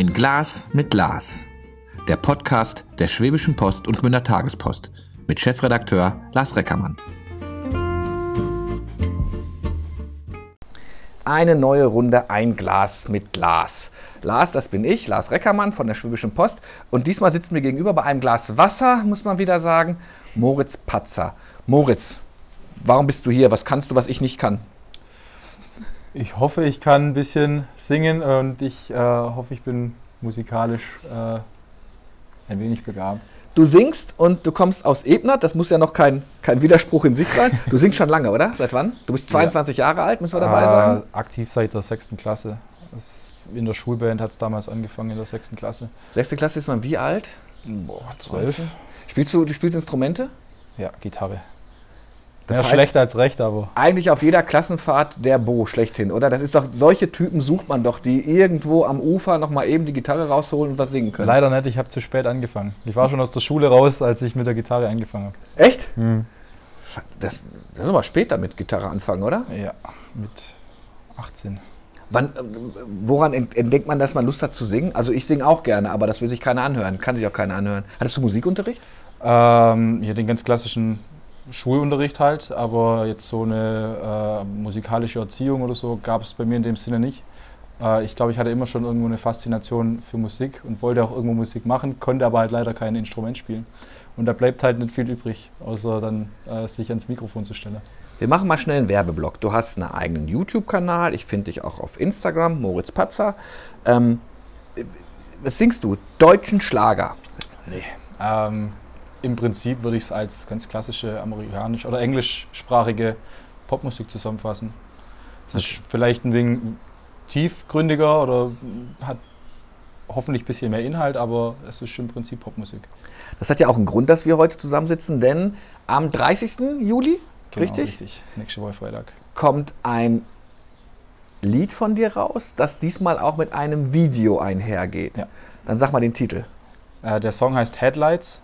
Ein Glas mit Lars. Der Podcast der Schwäbischen Post und Gmünder Tagespost mit Chefredakteur Lars Reckermann. Eine neue Runde Ein Glas mit Lars. Lars, das bin ich, Lars Reckermann von der Schwäbischen Post. Und diesmal sitzt mir gegenüber bei einem Glas Wasser, muss man wieder sagen, Moritz Patzer. Moritz, warum bist du hier? Was kannst du, was ich nicht kann? Ich hoffe, ich kann ein bisschen singen und ich hoffe, ich bin musikalisch ein wenig begabt. Du singst und du kommst aus Ebnat, das muss ja noch kein Widerspruch in sich sein. Du singst schon lange, oder? Seit wann? Du bist 22 Jahre alt, müssen wir dabei sagen? Aktiv seit der 6. Klasse. In der Schulband hat es damals angefangen, in der 6. Klasse. 6. Klasse ist man wie alt? 12. Du spielst Instrumente? Ja, Gitarre. Das Ja, heißt, schlechter als recht, aber... Eigentlich auf jeder Klassenfahrt der Bo schlechthin, oder? Das ist doch, solche Typen sucht man doch, die irgendwo am Ufer nochmal eben die Gitarre rausholen und was singen können. Leider nicht, ich habe zu spät angefangen. Ich war schon aus der Schule raus, als ich mit der Gitarre angefangen habe. Echt? Mhm. Das ist aber später mit Gitarre anfangen, oder? Ja, mit 18. Woran entdeckt man, dass man Lust hat zu singen? Also ich singe auch gerne, aber das will sich keiner anhören, kann sich auch keiner anhören. Hattest du Musikunterricht? Ja, den ganz klassischen Schulunterricht halt, aber jetzt so eine musikalische Erziehung oder so gab es bei mir in dem Sinne nicht. Ich glaube, ich hatte immer schon irgendwo eine Faszination für Musik und wollte auch irgendwo Musik machen, konnte aber halt leider kein Instrument spielen. Und da bleibt halt nicht viel übrig, außer dann sich ans Mikrofon zu stellen. Wir machen mal schnell einen Werbeblock. Du hast einen eigenen YouTube-Kanal, ich finde dich auch auf Instagram, Moritz Patzer. Was singst du? Deutschen Schlager? Nee. Im Prinzip würde ich es als ganz klassische amerikanisch- oder englischsprachige Popmusik zusammenfassen. Es ist vielleicht ein wenig tiefgründiger oder hat hoffentlich ein bisschen mehr Inhalt, aber es ist schon im Prinzip Popmusik. Das hat ja auch einen Grund, dass wir heute zusammensitzen, denn am 30. Juli, Genau, richtig? Nächste Woche Freitag. Kommt ein Lied von dir raus, das diesmal auch mit einem Video einhergeht. Ja. Dann sag mal den Titel. Der Song heißt Headlights.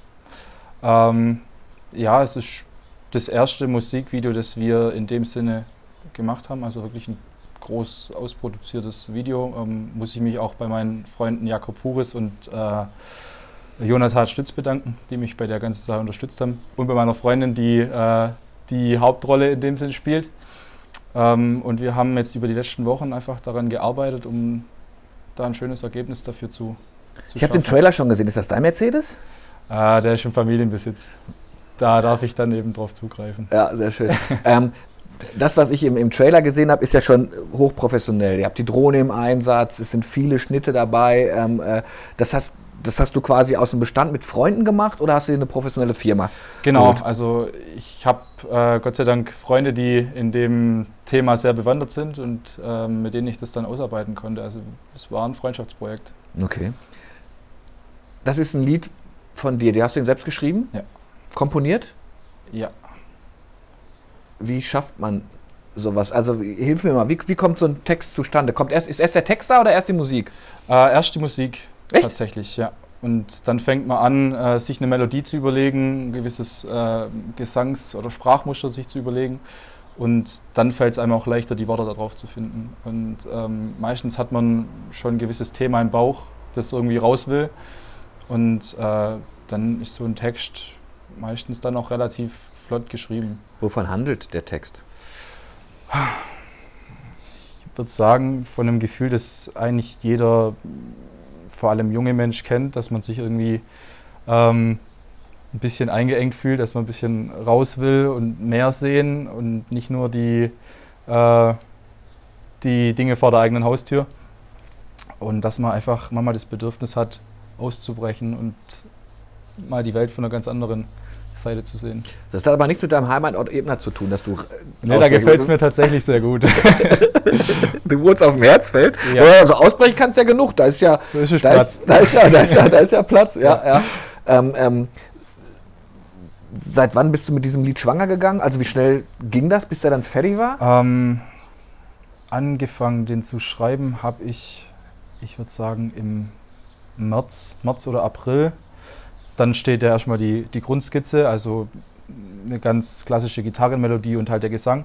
Ja, es ist das erste Musikvideo, das wir in dem Sinne gemacht haben, also wirklich ein groß ausproduziertes Video. Muss ich mich auch bei meinen Freunden Jakob Furis und Jonathan Stütz bedanken, die mich bei der ganzen Sache unterstützt haben. Und bei meiner Freundin, die die Hauptrolle in dem Sinne spielt. Und wir haben jetzt über die letzten Wochen einfach daran gearbeitet, um da ein schönes Ergebnis dafür zu Ich habe den Trailer schon gesehen. Ist das dein Mercedes? Der ist im Familienbesitz. Da darf ich dann eben drauf zugreifen. Ja, sehr schön. Das, was ich im Trailer gesehen habe, ist ja schon hochprofessionell. Ihr habt die Drohne im Einsatz, es sind viele Schnitte dabei. Das hast du quasi aus dem Bestand mit Freunden gemacht oder hast du eine professionelle Firma? Genau, also ich habe Gott sei Dank Freunde, die in dem Thema sehr bewandert sind und mit denen ich das dann ausarbeiten konnte. Also es war ein Freundschaftsprojekt. Okay. Das ist ein Lied von dir, die hast du den selbst geschrieben? Ja. Komponiert? Ja. Wie schafft man sowas? Also hilf mir mal, wie kommt so ein Text zustande? Ist erst der Text da oder erst die Musik? Erst die Musik. Echt? Tatsächlich, ja. Und dann fängt man an, sich eine Melodie zu überlegen, ein gewisses Gesangs- oder Sprachmuster sich zu überlegen. Und dann fällt es einem auch leichter, die Worte darauf zu finden. Und meistens hat man schon ein gewisses Thema im Bauch, das irgendwie raus will. Und dann ist so ein Text meistens dann auch relativ flott geschrieben. Wovon handelt der Text? Ich würde sagen, von einem Gefühl, das eigentlich jeder, vor allem junge Mensch kennt, dass man sich irgendwie ein bisschen eingeengt fühlt, dass man ein bisschen raus will und mehr sehen und nicht nur die Dinge vor der eigenen Haustür. Und dass man einfach manchmal das Bedürfnis hat, auszubrechen und mal die Welt von einer ganz anderen Seite zu sehen. Das hat aber nichts mit deinem Heimatort Ebnat zu tun, dass du... Ne, da gefällt es mir tatsächlich sehr gut. Du wohnst auf dem Herzfeld? Ja. Also ausbrechen kannst du ja genug, da ist ja Platz. Da ist ja Platz, ja. Seit wann bist du mit diesem Lied schwanger gegangen? Also wie schnell ging das, bis der dann fertig war? Angefangen, den zu schreiben, habe ich würde sagen, im März oder April. Dann steht ja erstmal die Grundskizze, also eine ganz klassische Gitarrenmelodie und halt der Gesang.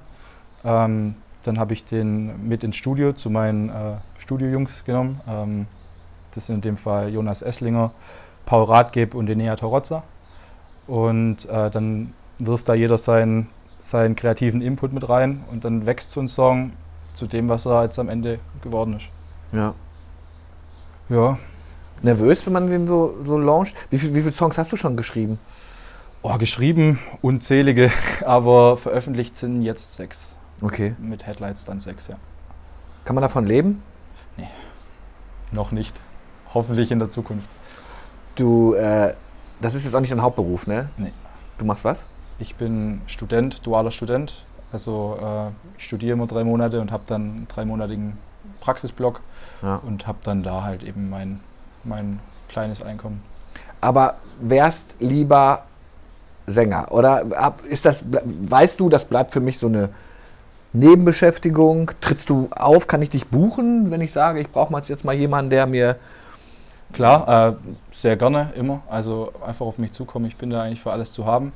Dann habe ich den mit ins Studio zu meinen Studiojungs genommen. Das sind in dem Fall Jonas Esslinger, Paul Rathgeb und Enea Torozza. Und dann wirft da jeder seinen kreativen Input mit rein und dann wächst so ein Song zu dem, was er jetzt am Ende geworden ist. Ja. Ja. Nervös, wenn man den so launcht? Wie viele Songs hast du schon geschrieben? Oh, geschrieben unzählige, aber veröffentlicht sind jetzt 6. Okay. Mit Headlights dann 6, ja. Kann man davon leben? Noch nicht. Hoffentlich in der Zukunft. Du, das ist jetzt auch nicht dein Hauptberuf, ne? Nee. Du machst was? Ich bin dualer Student. Also ich studiere immer 3 Monate und habe dann einen 3-monatigen Praxisblock und habe dann da halt eben mein kleines Einkommen. Aber wärst lieber Sänger? Oder weißt du, das bleibt für mich so eine Nebenbeschäftigung? Trittst du auf? Kann ich dich buchen, wenn ich sage, ich brauche jetzt mal jemanden, der mir... Klar, sehr gerne, immer. Also einfach auf mich zukommen. Ich bin da eigentlich für alles zu haben.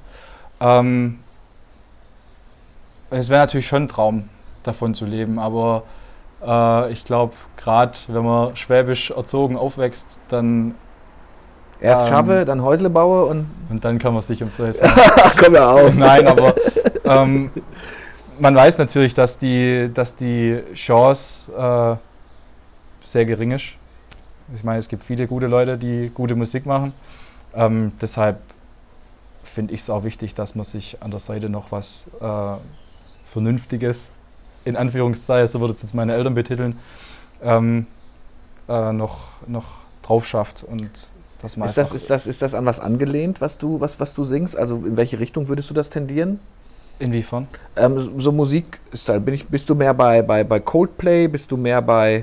Es wäre natürlich schon ein Traum, davon zu leben, aber ich glaube, gerade wenn man schwäbisch erzogen aufwächst, dann... Erst schaffe, dann Häusle baue und dann kann man sich um so Sachen... Komm ja auf. Nein, aber man weiß natürlich, dass die Chance sehr gering ist. Ich meine, es gibt viele gute Leute, die gute Musik machen. Deshalb finde ich es auch wichtig, dass man sich an der Seite noch was Vernünftiges, in Anführungszeichen, so würde es jetzt meine Eltern betiteln, noch drauf schafft. Und dass man ist das an was angelehnt, was du singst? Also in welche Richtung würdest du das tendieren? Inwiefern? So Musikstil. Bist du mehr bei Coldplay? Bist du mehr bei...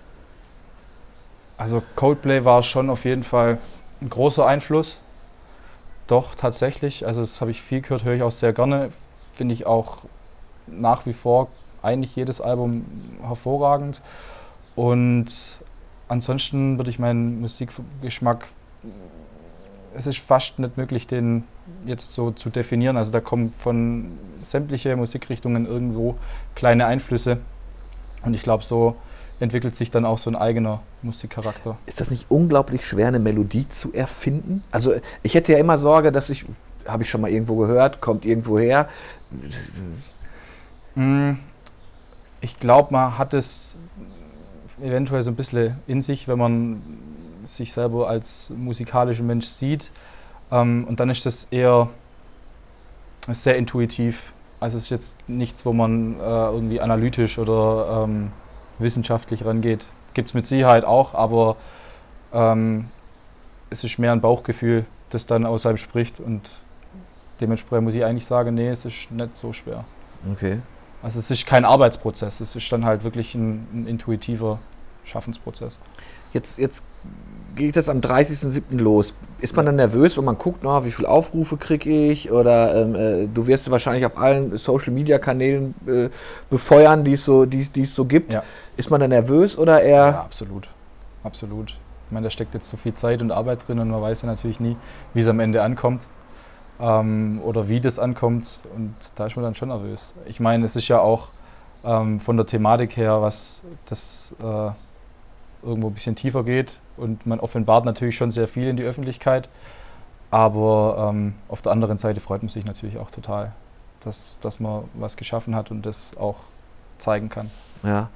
Also Coldplay war schon auf jeden Fall ein großer Einfluss. Doch, tatsächlich. Also das habe ich viel gehört, höre ich auch sehr gerne. Finde ich auch nach wie vor eigentlich jedes Album hervorragend. Und ansonsten würde ich meinen Musikgeschmack, es ist fast nicht möglich, den jetzt so zu definieren. Also da kommen von sämtliche Musikrichtungen irgendwo kleine Einflüsse. Und ich glaube, so entwickelt sich dann auch so ein eigener Musikcharakter. Ist das nicht unglaublich schwer, eine Melodie zu erfinden? Also ich hätte ja immer Sorge, dass habe ich schon mal irgendwo gehört, kommt irgendwo her. Ich glaube, man hat es eventuell so ein bisschen in sich, wenn man sich selber als musikalischer Mensch sieht. Und dann ist das eher sehr intuitiv. Also es ist jetzt nichts, wo man irgendwie analytisch oder wissenschaftlich rangeht. Gibt es mit Sicherheit auch, aber es ist mehr ein Bauchgefühl, das dann aus einem spricht, und dementsprechend muss ich eigentlich sagen, nee, es ist nicht so schwer. Okay. Also es ist kein Arbeitsprozess, es ist dann halt wirklich ein intuitiver Schaffensprozess. Jetzt geht das am 30.07. los. Ist man dann nervös, wenn man guckt, wie viele Aufrufe kriege ich? Oder du wirst wahrscheinlich auf allen Social-Media-Kanälen befeuern, die es so gibt. Ja. Ist man dann nervös oder eher... Ja, absolut. Absolut. Ich meine, da steckt jetzt so viel Zeit und Arbeit drin und man weiß ja natürlich nie, wie es am Ende ankommt oder wie das ankommt, und da ist man dann schon nervös. Ich meine, es ist ja auch von der Thematik her, was das irgendwo ein bisschen tiefer geht, und man offenbart natürlich schon sehr viel in die Öffentlichkeit, aber auf der anderen Seite freut man sich natürlich auch total, dass man was geschaffen hat und das auch zeigen kann. Ja,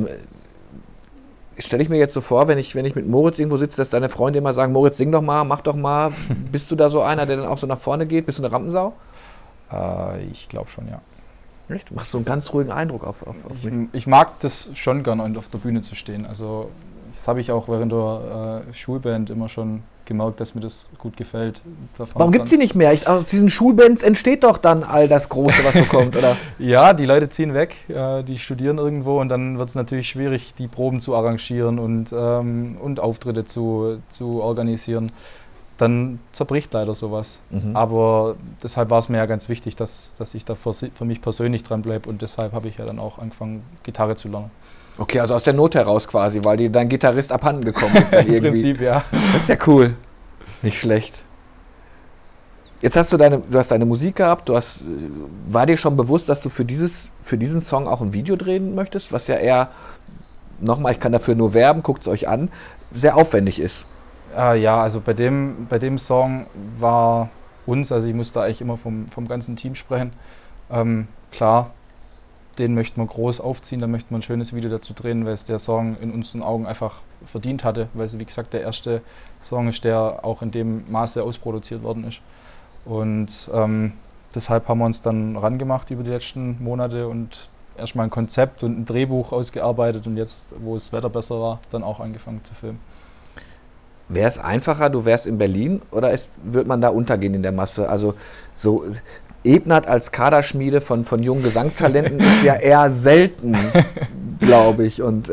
stelle ich mir jetzt so vor, wenn ich mit Moritz irgendwo sitze, dass deine Freunde immer sagen, Moritz, sing doch mal, mach doch mal. Bist du da so einer, der dann auch so nach vorne geht? Bist du eine Rampensau? Ich glaube schon, ja. Echt? Du machst so einen ganz ruhigen Eindruck auf mich. Ich mag das schon gerne, auf der Bühne zu stehen. Also das habe ich auch während der Schulband immer schon gemerkt, dass mir das gut gefällt. Warum gibt es die nicht mehr? Aus diesen Schulbands entsteht doch dann all das Große, was so kommt, oder? Ja, die Leute ziehen weg, die studieren irgendwo, und dann wird es natürlich schwierig, die Proben zu arrangieren und Auftritte zu organisieren. Dann zerbricht leider sowas. Aber deshalb war es mir ja ganz wichtig, dass ich da für mich persönlich dran bleibe, und deshalb habe ich ja dann auch angefangen, Gitarre zu lernen. Okay, also aus der Not heraus quasi, weil dir dein Gitarrist abhanden gekommen ist. Dann Im Prinzip, ja. Das ist ja cool. Nicht schlecht. Jetzt hast du hast deine Musik gehabt, war dir schon bewusst, dass du für diesen Song auch ein Video drehen möchtest, was ja eher nochmal, ich kann dafür nur werben, guckt es euch an, sehr aufwendig ist. Ja, also bei dem Song war uns, also ich muss da eigentlich immer vom ganzen Team sprechen, klar, den möchten wir groß aufziehen, da möchten wir ein schönes Video dazu drehen, weil es der Song in unseren Augen einfach verdient hatte, weil es, wie gesagt, der erste Song ist, der auch in dem Maße ausproduziert worden ist. Und deshalb haben wir uns dann rangemacht über die letzten Monate und erstmal ein Konzept und ein Drehbuch ausgearbeitet und jetzt, wo das Wetter besser war, dann auch angefangen zu filmen. Wäre es einfacher, du wärst in Berlin oder wird man da untergehen in der Masse? Also so Ebnat als Kaderschmiede von jungen Gesangstalenten ist ja eher selten, glaube ich. Und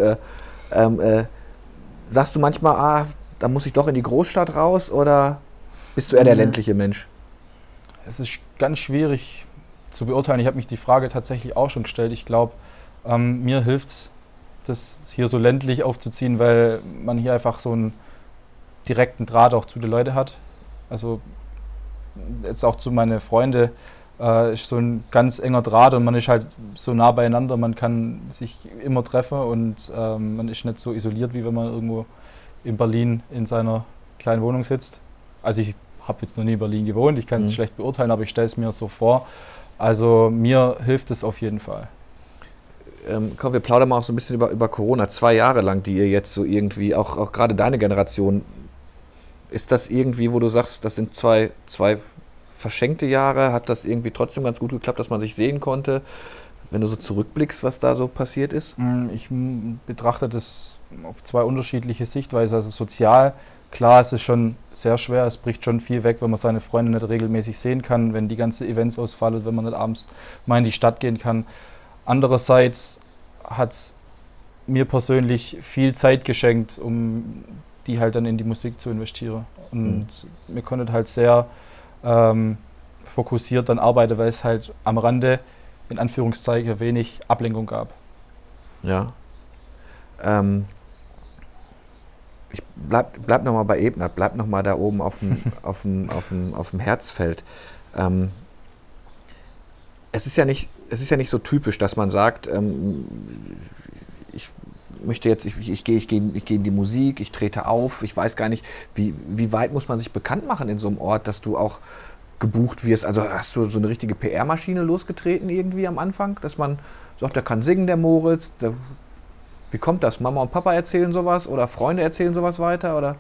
sagst du manchmal, da muss ich doch in die Großstadt raus oder bist du eher der ländliche Mensch? Es ist ganz schwierig zu beurteilen. Ich habe mich die Frage tatsächlich auch schon gestellt. Ich glaube, mir hilft es, das hier so ländlich aufzuziehen, weil man hier einfach so einen direkten Draht auch zu den Leuten hat. Also jetzt auch zu meinen Freunden ist so ein ganz enger Draht und man ist halt so nah beieinander, man kann sich immer treffen und man ist nicht so isoliert, wie wenn man irgendwo in Berlin in seiner kleinen Wohnung sitzt. Also ich habe jetzt noch nie in Berlin gewohnt, ich kann es schlecht beurteilen, aber ich stelle es mir so vor. Also mir hilft es auf jeden Fall. Komm, wir plaudern mal auch so ein bisschen über Corona. 2 Jahre lang, die ihr jetzt so irgendwie, auch gerade deine Generation, ist das irgendwie, wo du sagst, das sind zwei verschenkte Jahre? Hat das irgendwie trotzdem ganz gut geklappt, dass man sich sehen konnte? Wenn du so zurückblickst, was da so passiert ist? Ich betrachte das auf 2 unterschiedliche Sichtweisen. Also sozial, klar, es ist schon sehr schwer, es bricht schon viel weg, wenn man seine Freunde nicht regelmäßig sehen kann, wenn die ganzen Events ausfallen, wenn man nicht abends mal in die Stadt gehen kann. Andererseits hat es mir persönlich viel Zeit geschenkt, um die halt dann in die Musik zu investieren. Und mir konnte halt sehr fokussiert dann arbeiten, weil es halt am Rande in Anführungszeichen wenig Ablenkung gab. Ja. Ich bleib nochmal bei Ebnat, bleib nochmal da oben auf dem Herzfeld. Es ist ja nicht so typisch, dass man sagt, ich möchte jetzt, ich gehe in die Musik, ich trete auf, ich weiß gar nicht, wie weit muss man sich bekannt machen in so einem Ort, dass du auch gebucht wirst. Also hast du so eine richtige PR-Maschine losgetreten irgendwie am Anfang, dass man sagt, der kann singen, der Moritz. Wie kommt das? Mama und Papa erzählen sowas oder Freunde erzählen sowas weiter? Oder?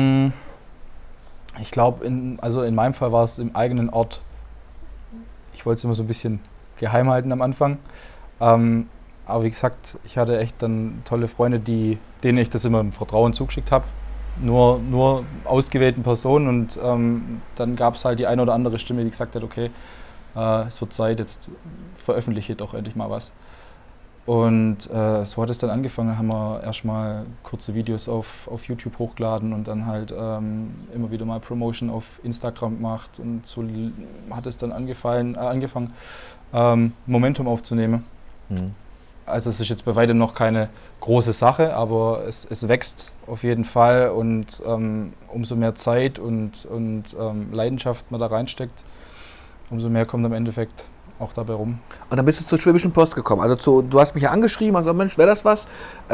Ich glaube, in meinem Fall war es im eigenen Ort. Ich wollte es immer so ein bisschen geheim halten am Anfang. Aber wie gesagt, ich hatte echt dann tolle Freunde, denen ich das immer im Vertrauen zugeschickt habe. Nur ausgewählten Personen und dann gab es halt die eine oder andere Stimme, die gesagt hat, okay, es wird Zeit, jetzt veröffentliche doch endlich mal was. Und so hat es dann angefangen, haben wir erstmal kurze Videos auf YouTube hochgeladen und dann halt immer wieder mal Promotion auf Instagram gemacht und so hat es dann angefangen, Momentum aufzunehmen. Also es ist jetzt bei weitem noch keine große Sache, aber es wächst auf jeden Fall und umso mehr Zeit und Leidenschaft man da reinsteckt, umso mehr kommt am Endeffekt auch dabei rum. Und dann bist du zur Schwäbischen Post gekommen. Also du hast mich ja angeschrieben und gesagt, Mensch, wäre das was?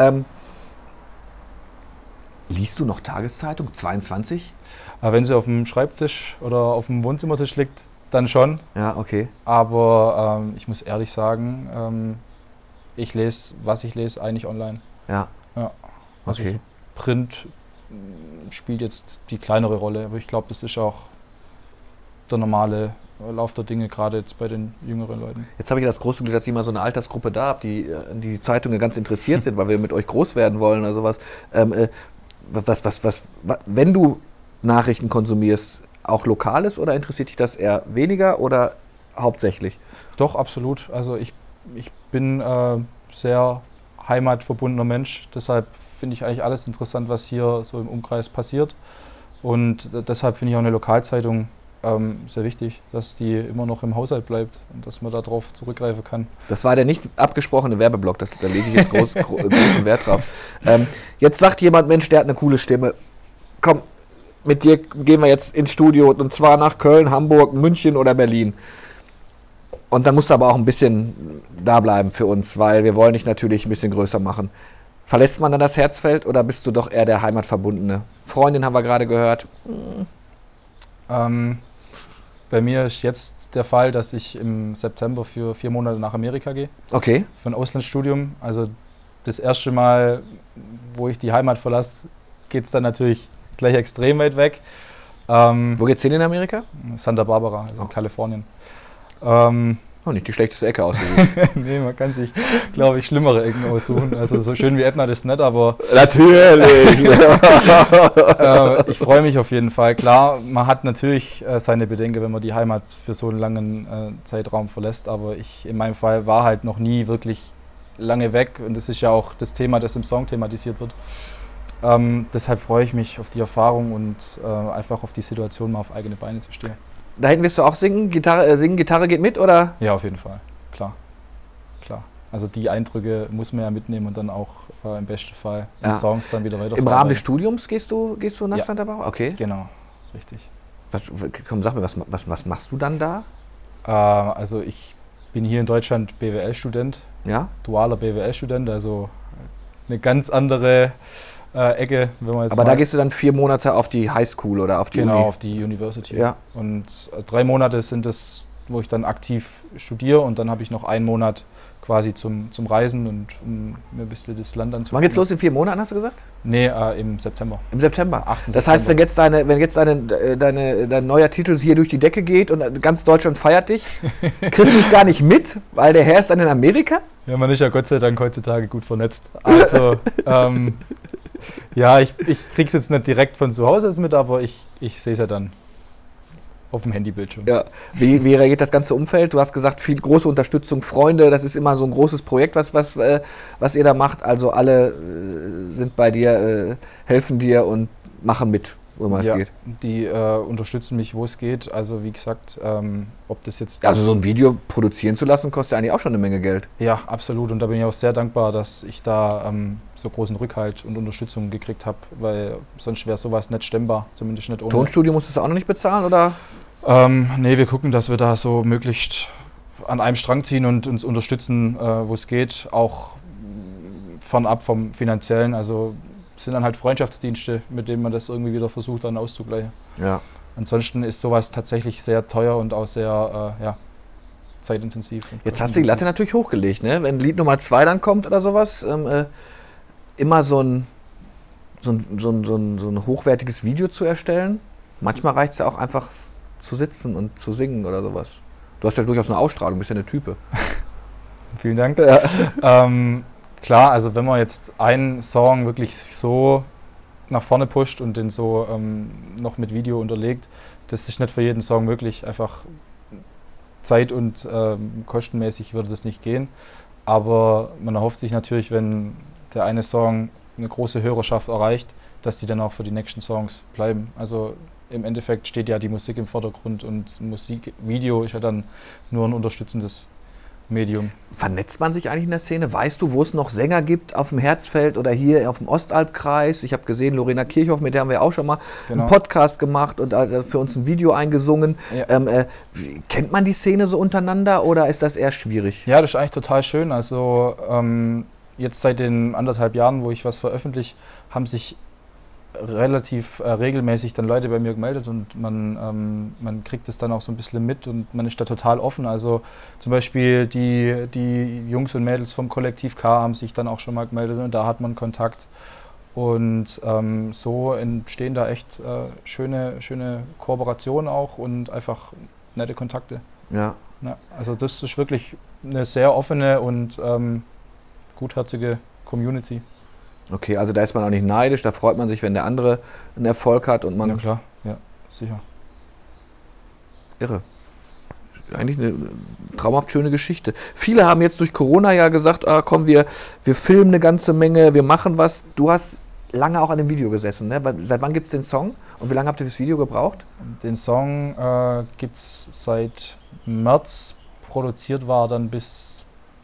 Liest du noch Tageszeitung? 22? Wenn sie auf dem Schreibtisch oder auf dem Wohnzimmertisch liegt, dann schon. Ja, okay. Aber ich muss ehrlich sagen, ich lese, was ich lese, eigentlich online. Ja. Also okay. so Print spielt jetzt die kleinere Rolle, aber ich glaube, das ist auch der normale Lauf der Dinge, gerade jetzt bei den jüngeren Leuten. Jetzt habe ich das große Glück, dass ich mal so eine Altersgruppe da habe, die Zeitungen ganz interessiert sind, weil wir mit euch groß werden wollen oder sowas. Wenn du Nachrichten konsumierst, auch Lokales oder interessiert dich das eher weniger oder hauptsächlich? Doch, absolut. Also ich bin sehr heimatverbundener Mensch, deshalb finde ich eigentlich alles interessant, was hier so im Umkreis passiert. Und deshalb finde ich auch eine Lokalzeitung sehr wichtig, dass die immer noch im Haushalt bleibt und dass man darauf zurückgreifen kann. Das war der nicht abgesprochene Werbeblock, da lege ich jetzt großen Wert drauf. Jetzt sagt jemand, Mensch, der hat eine coole Stimme. Komm, mit dir gehen wir jetzt ins Studio und zwar nach Köln, Hamburg, München oder Berlin. Und dann musst du aber auch ein bisschen da bleiben für uns, weil wir wollen dich natürlich ein bisschen größer machen. Verlässt man dann das Herzfeld oder bist du doch eher der Heimatverbundene? Freundin haben wir gerade gehört. Bei mir ist jetzt der Fall, dass ich im September für 4 Monate nach Amerika gehe. Okay. Für ein Auslandsstudium. Also das erste Mal, wo ich die Heimat verlasse, geht es dann natürlich gleich extrem weit weg. Wo geht's hin in Amerika? Santa Barbara, also in Kalifornien. Nicht die schlechteste Ecke ausgesucht. Nee, man kann sich, glaube ich, schlimmere Ecken aussuchen. Also so schön wie Etna das ist nicht, aber Natürlich! ich freue mich auf jeden Fall. Klar, man hat natürlich seine Bedenken, wenn man die Heimat für so einen langen Zeitraum verlässt, aber ich in meinem Fall war halt noch nie wirklich lange weg und das ist ja auch das Thema, das im Song thematisiert wird. Deshalb freue ich mich auf die Erfahrung und einfach auf die Situation, mal auf eigene Beine zu stehen. Da hinten wirst du auch singen? Gitarre geht mit, oder? Ja, auf jeden Fall. Klar. Also die Eindrücke muss man ja mitnehmen und dann auch im besten Fall in Songs dann wieder weiter. Im Rahmen des Studiums gehst du nach Ja. Santa Barbara? Okay. Genau, richtig. Komm, sag mir, was machst du dann da? Also ich bin hier in Deutschland BWL-Student, Ja? dualer BWL-Student, also eine ganz andere Ecke, wenn man jetzt Aber mal da gehst du dann 4 Monate auf die Highschool oder auf die genau Uni? auf die University. Ja. Und 3 Monate sind es, wo ich dann aktiv studiere und dann habe ich noch 1 Monat quasi zum Reisen und um mir ein bisschen das Land anzugucken. Wann geht's los? In 4 Monaten, hast du gesagt? Nee, im September. Im September. 8. Das heißt, wenn jetzt dein neuer Titel hier durch die Decke geht und ganz Deutschland feiert dich, kriegst du es gar nicht mit, weil der Herr ist dann in Amerika? Ja, man ist ja Gott sei Dank heutzutage gut vernetzt. Also, ja, ich krieg's jetzt nicht direkt von zu Hause mit, aber ich sehe es ja dann auf dem Handybildschirm. Ja. Wie reagiert das ganze Umfeld? Du hast gesagt, viel große Unterstützung, Freunde, das ist immer so ein großes Projekt, was ihr da macht. Also alle sind bei dir, helfen dir und machen mit, wo man es geht. Die unterstützen mich, wo es geht. Also wie gesagt, ob das jetzt... Also so ein Video produzieren zu lassen, kostet ja eigentlich auch schon eine Menge Geld. Ja, absolut. Und da bin ich auch sehr dankbar, dass ich da so großen Rückhalt und Unterstützung gekriegt habe, weil sonst wäre sowas nicht stemmbar, zumindest nicht ohne. Tonstudio musstest du auch noch nicht bezahlen, oder? Nee, wir gucken, dass wir da so möglichst an einem Strang ziehen und uns unterstützen, wo es geht, auch fernab vom Finanziellen. Also sind dann halt Freundschaftsdienste, mit denen man das irgendwie wieder versucht dann auszugleichen. Ja. Ansonsten ist sowas tatsächlich sehr teuer und auch sehr zeitintensiv. Jetzt hast du die Latte natürlich hochgelegt, ne? Wenn Lied Nummer 2 dann kommt oder sowas, immer so ein hochwertiges Video zu erstellen. Manchmal reicht es ja auch einfach zu sitzen und zu singen oder sowas. Du hast ja durchaus eine Ausstrahlung, bist ja eine Type. Vielen Dank. Ja. Klar, also wenn man jetzt einen Song wirklich so nach vorne pusht und den so noch mit Video unterlegt, das ist nicht für jeden Song möglich. Einfach zeit- und kostenmäßig würde das nicht gehen. Aber man erhofft sich natürlich, wenn der eine Song eine große Hörerschaft erreicht, dass die dann auch für die nächsten Songs bleiben. Also im Endeffekt steht ja die Musik im Vordergrund und Musikvideo ist ja dann nur ein unterstützendes Medium. Vernetzt man sich eigentlich in der Szene? Weißt du, wo es noch Sänger gibt auf dem Herzfeld oder hier auf dem Ostalbkreis? Ich habe gesehen, Lorena Kirchhoff, mit der haben wir auch schon mal einen Podcast gemacht und für uns ein Video eingesungen. Ja. Kennt man die Szene so untereinander oder ist das eher schwierig? Ja, das ist eigentlich total schön. Also jetzt seit den 1,5 Jahren, wo ich was veröffentliche, haben sich relativ regelmäßig dann Leute bei mir gemeldet und man kriegt es dann auch so ein bisschen mit und man ist da total offen. Also zum Beispiel die Jungs und Mädels vom Kollektiv K haben sich dann auch schon mal gemeldet und da hat man Kontakt. Und so entstehen da echt schöne Kooperationen auch und einfach nette Kontakte. Ja. Ja, also das ist wirklich eine sehr offene und gutherzige Community. Okay, also da ist man auch nicht neidisch, da freut man sich, wenn der andere einen Erfolg hat und man... Ja klar, ja, sicher. Irre. Eigentlich eine traumhaft schöne Geschichte. Viele haben jetzt durch Corona ja gesagt, komm, wir filmen eine ganze Menge, wir machen was. Du hast lange auch an dem Video gesessen, ne? Seit wann gibt es den Song und wie lange habt ihr fürs Video gebraucht? Den Song gibt es seit März, produziert war dann bis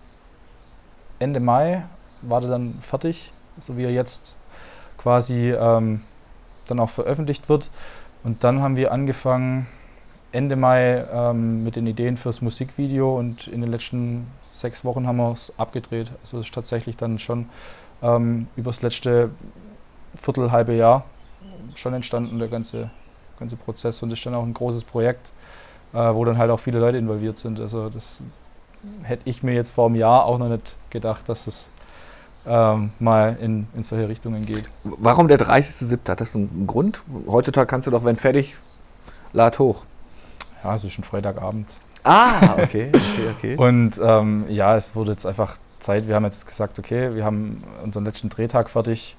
Ende Mai, war der dann fertig. So wie er jetzt quasi dann auch veröffentlicht wird. Und dann haben wir angefangen, Ende Mai mit den Ideen fürs Musikvideo und in den letzten 6 Wochen haben wir es abgedreht. Also es ist tatsächlich dann schon übers letzte halbe Jahr schon entstanden, der ganze Prozess, und ist dann auch ein großes Projekt, wo dann halt auch viele Leute involviert sind. Also das hätte ich mir jetzt vor einem Jahr auch noch nicht gedacht, dass es mal in solche Richtungen geht. Warum der 30.07.? Hat das einen Grund? Heutzutage kannst du doch, wenn fertig, lad hoch. Ja, es ist schon Freitagabend. Ah, okay. Und ja, es wurde jetzt einfach Zeit. Wir haben jetzt gesagt, okay, wir haben unseren letzten Drehtag fertig.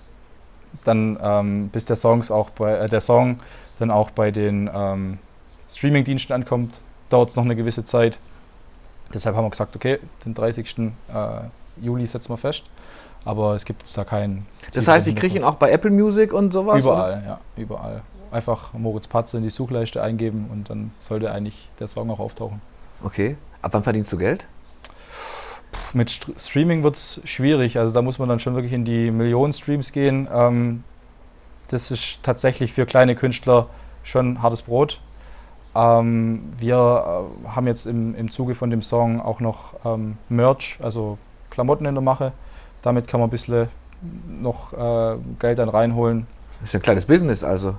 Dann, bis der Song dann auch bei den Streaming-Diensten ankommt, dauert es noch eine gewisse Zeit. Deshalb haben wir gesagt, okay, den 30. Juli setzen wir fest. Aber es gibt jetzt da keinen... Das heißt, ich kriege ihn auch bei Apple Music und sowas? Überall, oder? ja, überall. Einfach Moritz Patzer in die Suchleiste eingeben und dann sollte eigentlich der Song auch auftauchen. Okay. Ab wann verdienst du Geld? Mit Streaming wird es schwierig. Also da muss man dann schon wirklich in die Millionen Streams gehen. Das ist tatsächlich für kleine Künstler schon hartes Brot. Wir haben jetzt im Zuge von dem Song auch noch Merch, also Klamotten in der Mache. Damit kann man ein bisschen noch Geld dann reinholen. Das ist ja ein kleines Business also.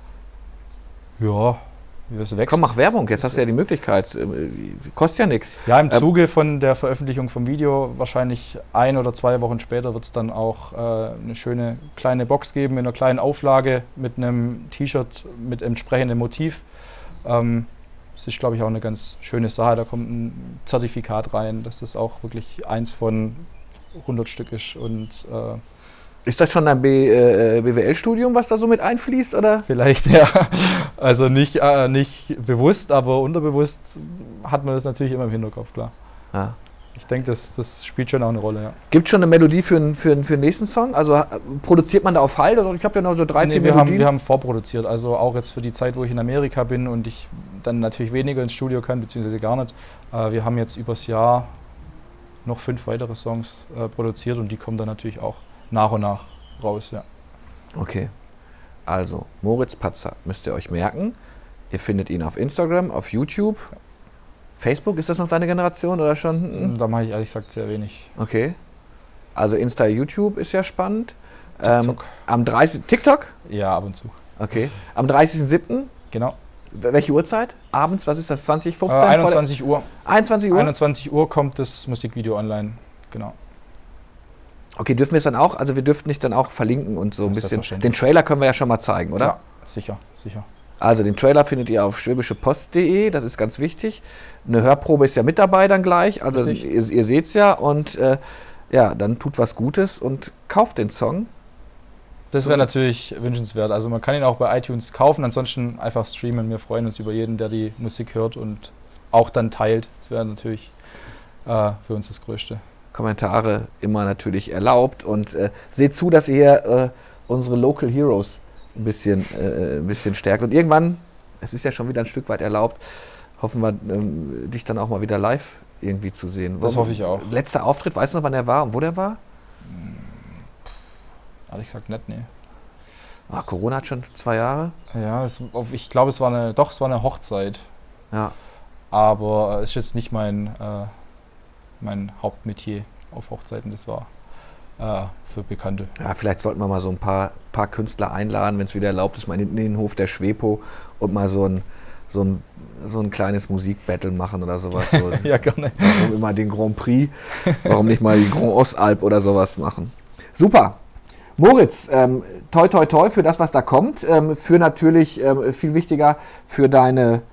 Ja, es wächst. Komm, mach Werbung, jetzt hast du ja die Möglichkeit. Kostet ja nichts. Ja, im Zuge von der Veröffentlichung vom Video, wahrscheinlich 1 oder 2 Wochen später, wird es dann auch eine schöne kleine Box geben in einer kleinen Auflage mit einem T-Shirt mit entsprechendem Motiv. Das ist, glaube ich, auch eine ganz schöne Sache. Da kommt ein Zertifikat rein, dass das auch wirklich eins von 100 Stück ist. Und ist das schon dein BWL-Studium, was da so mit einfließt, oder? vielleicht, ja. Also nicht bewusst, aber unterbewusst hat man das natürlich immer im Hinterkopf, klar. Ja. Ich denke, das spielt schon auch eine Rolle, ja. Gibt es schon eine Melodie für den nächsten Song? Also produziert man da auf Halt? Oder ich habe ja noch so 13 Melodien. Wir haben vorproduziert, also auch jetzt für die Zeit, wo ich in Amerika bin und ich dann natürlich weniger ins Studio kann, beziehungsweise gar nicht. Wir haben jetzt übers Jahr noch 5 weitere Songs produziert und die kommen dann natürlich auch nach und nach raus, ja. Okay, also Moritz Patzer müsst ihr euch merken. Ihr findet ihn auf Instagram, auf YouTube. Facebook, ist das noch deine Generation oder schon? Da mache ich ehrlich gesagt sehr wenig. Okay, also Insta, YouTube ist ja spannend. TikTok. Am 30. TikTok? Ja, ab und zu. Okay, am 30.07. Genau. Welche Uhrzeit? Abends, was ist das? 20:15? 21 Uhr. 21 Uhr? 21 Uhr kommt das Musikvideo online, genau. Okay, dürfen wir es dann auch, also wir dürften nicht dann auch verlinken und so ein bisschen. Selbstverständlich. Den Trailer können wir ja schon mal zeigen, oder? Ja, sicher. Also den Trailer findet ihr auf schwäbischepost.de, das ist ganz wichtig. Eine Hörprobe ist ja mit dabei dann gleich, also ihr seht es ja und ja, dann tut was Gutes und kauft den Song. Das wäre natürlich wünschenswert. Also man kann ihn auch bei iTunes kaufen, ansonsten einfach streamen. Wir freuen uns über jeden, der die Musik hört und auch dann teilt. Das wäre natürlich für uns das Größte. Kommentare immer natürlich erlaubt und seht zu, dass ihr unsere Local Heroes ein bisschen stärkt. Und irgendwann, es ist ja schon wieder ein Stück weit erlaubt, hoffen wir, dich dann auch mal wieder live irgendwie zu sehen. Das hoffe ich auch. Letzter Auftritt, weißt du noch, wann der war und wo der war? Ehrlich gesagt nicht, nee. Corona hat schon 2 Jahre. Ja, ich glaube, es war eine Hochzeit. Ja. Aber es ist jetzt nicht mein Hauptmetier auf Hochzeiten, das war für Bekannte. Ja, vielleicht sollten wir mal so ein paar Künstler einladen, wenn es wieder erlaubt ist, mal in den Hof der Schwepo und mal so ein kleines Musikbattle machen oder sowas. So. Ja, gerne. Warum immer den Grand Prix? Warum nicht mal die Grand Ostalb oder sowas machen? Super. Moritz, toi toi toi für das, was da kommt. Für natürlich viel wichtiger für deine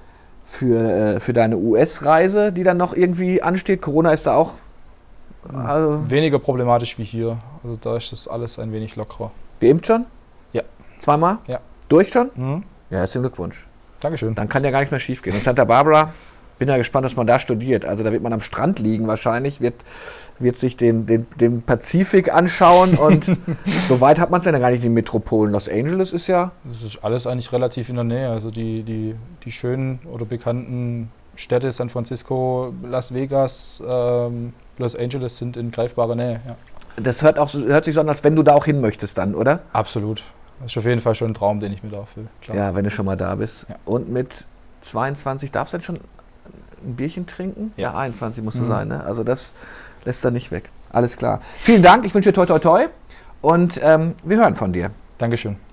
US-Reise, die dann noch irgendwie ansteht. Corona ist da auch weniger problematisch wie hier. Also da ist das alles ein wenig lockerer. Geimpft schon? Ja. 2-mal? Ja. Durch schon? Mhm. Ja, herzlichen Glückwunsch. Dankeschön. Dann kann ja gar nichts mehr schief gehen. Und Santa Barbara, bin ja gespannt, dass man da studiert. Also da wird man am Strand liegen wahrscheinlich, wird sich den Pazifik anschauen und so weit hat man es ja gar nicht in den Metropolen. Los Angeles ist ja... Das ist alles eigentlich relativ in der Nähe. Also die schönen oder bekannten Städte San Francisco, Las Vegas, Los Angeles sind in greifbarer Nähe. Ja. Das hört sich so an, als wenn du da auch hin möchtest dann, oder? Absolut. Das ist auf jeden Fall schon ein Traum, den ich mir da erfülle. Klar. Ja, wenn du schon mal da bist. Ja. Und mit 22 darfst du dann schon ein Bierchen trinken? Ja. Ja, 21 musst du sein, ne? Also das lässt er nicht weg. Alles klar. Vielen Dank, ich wünsche dir toi toi toi und wir hören von dir. Dankeschön.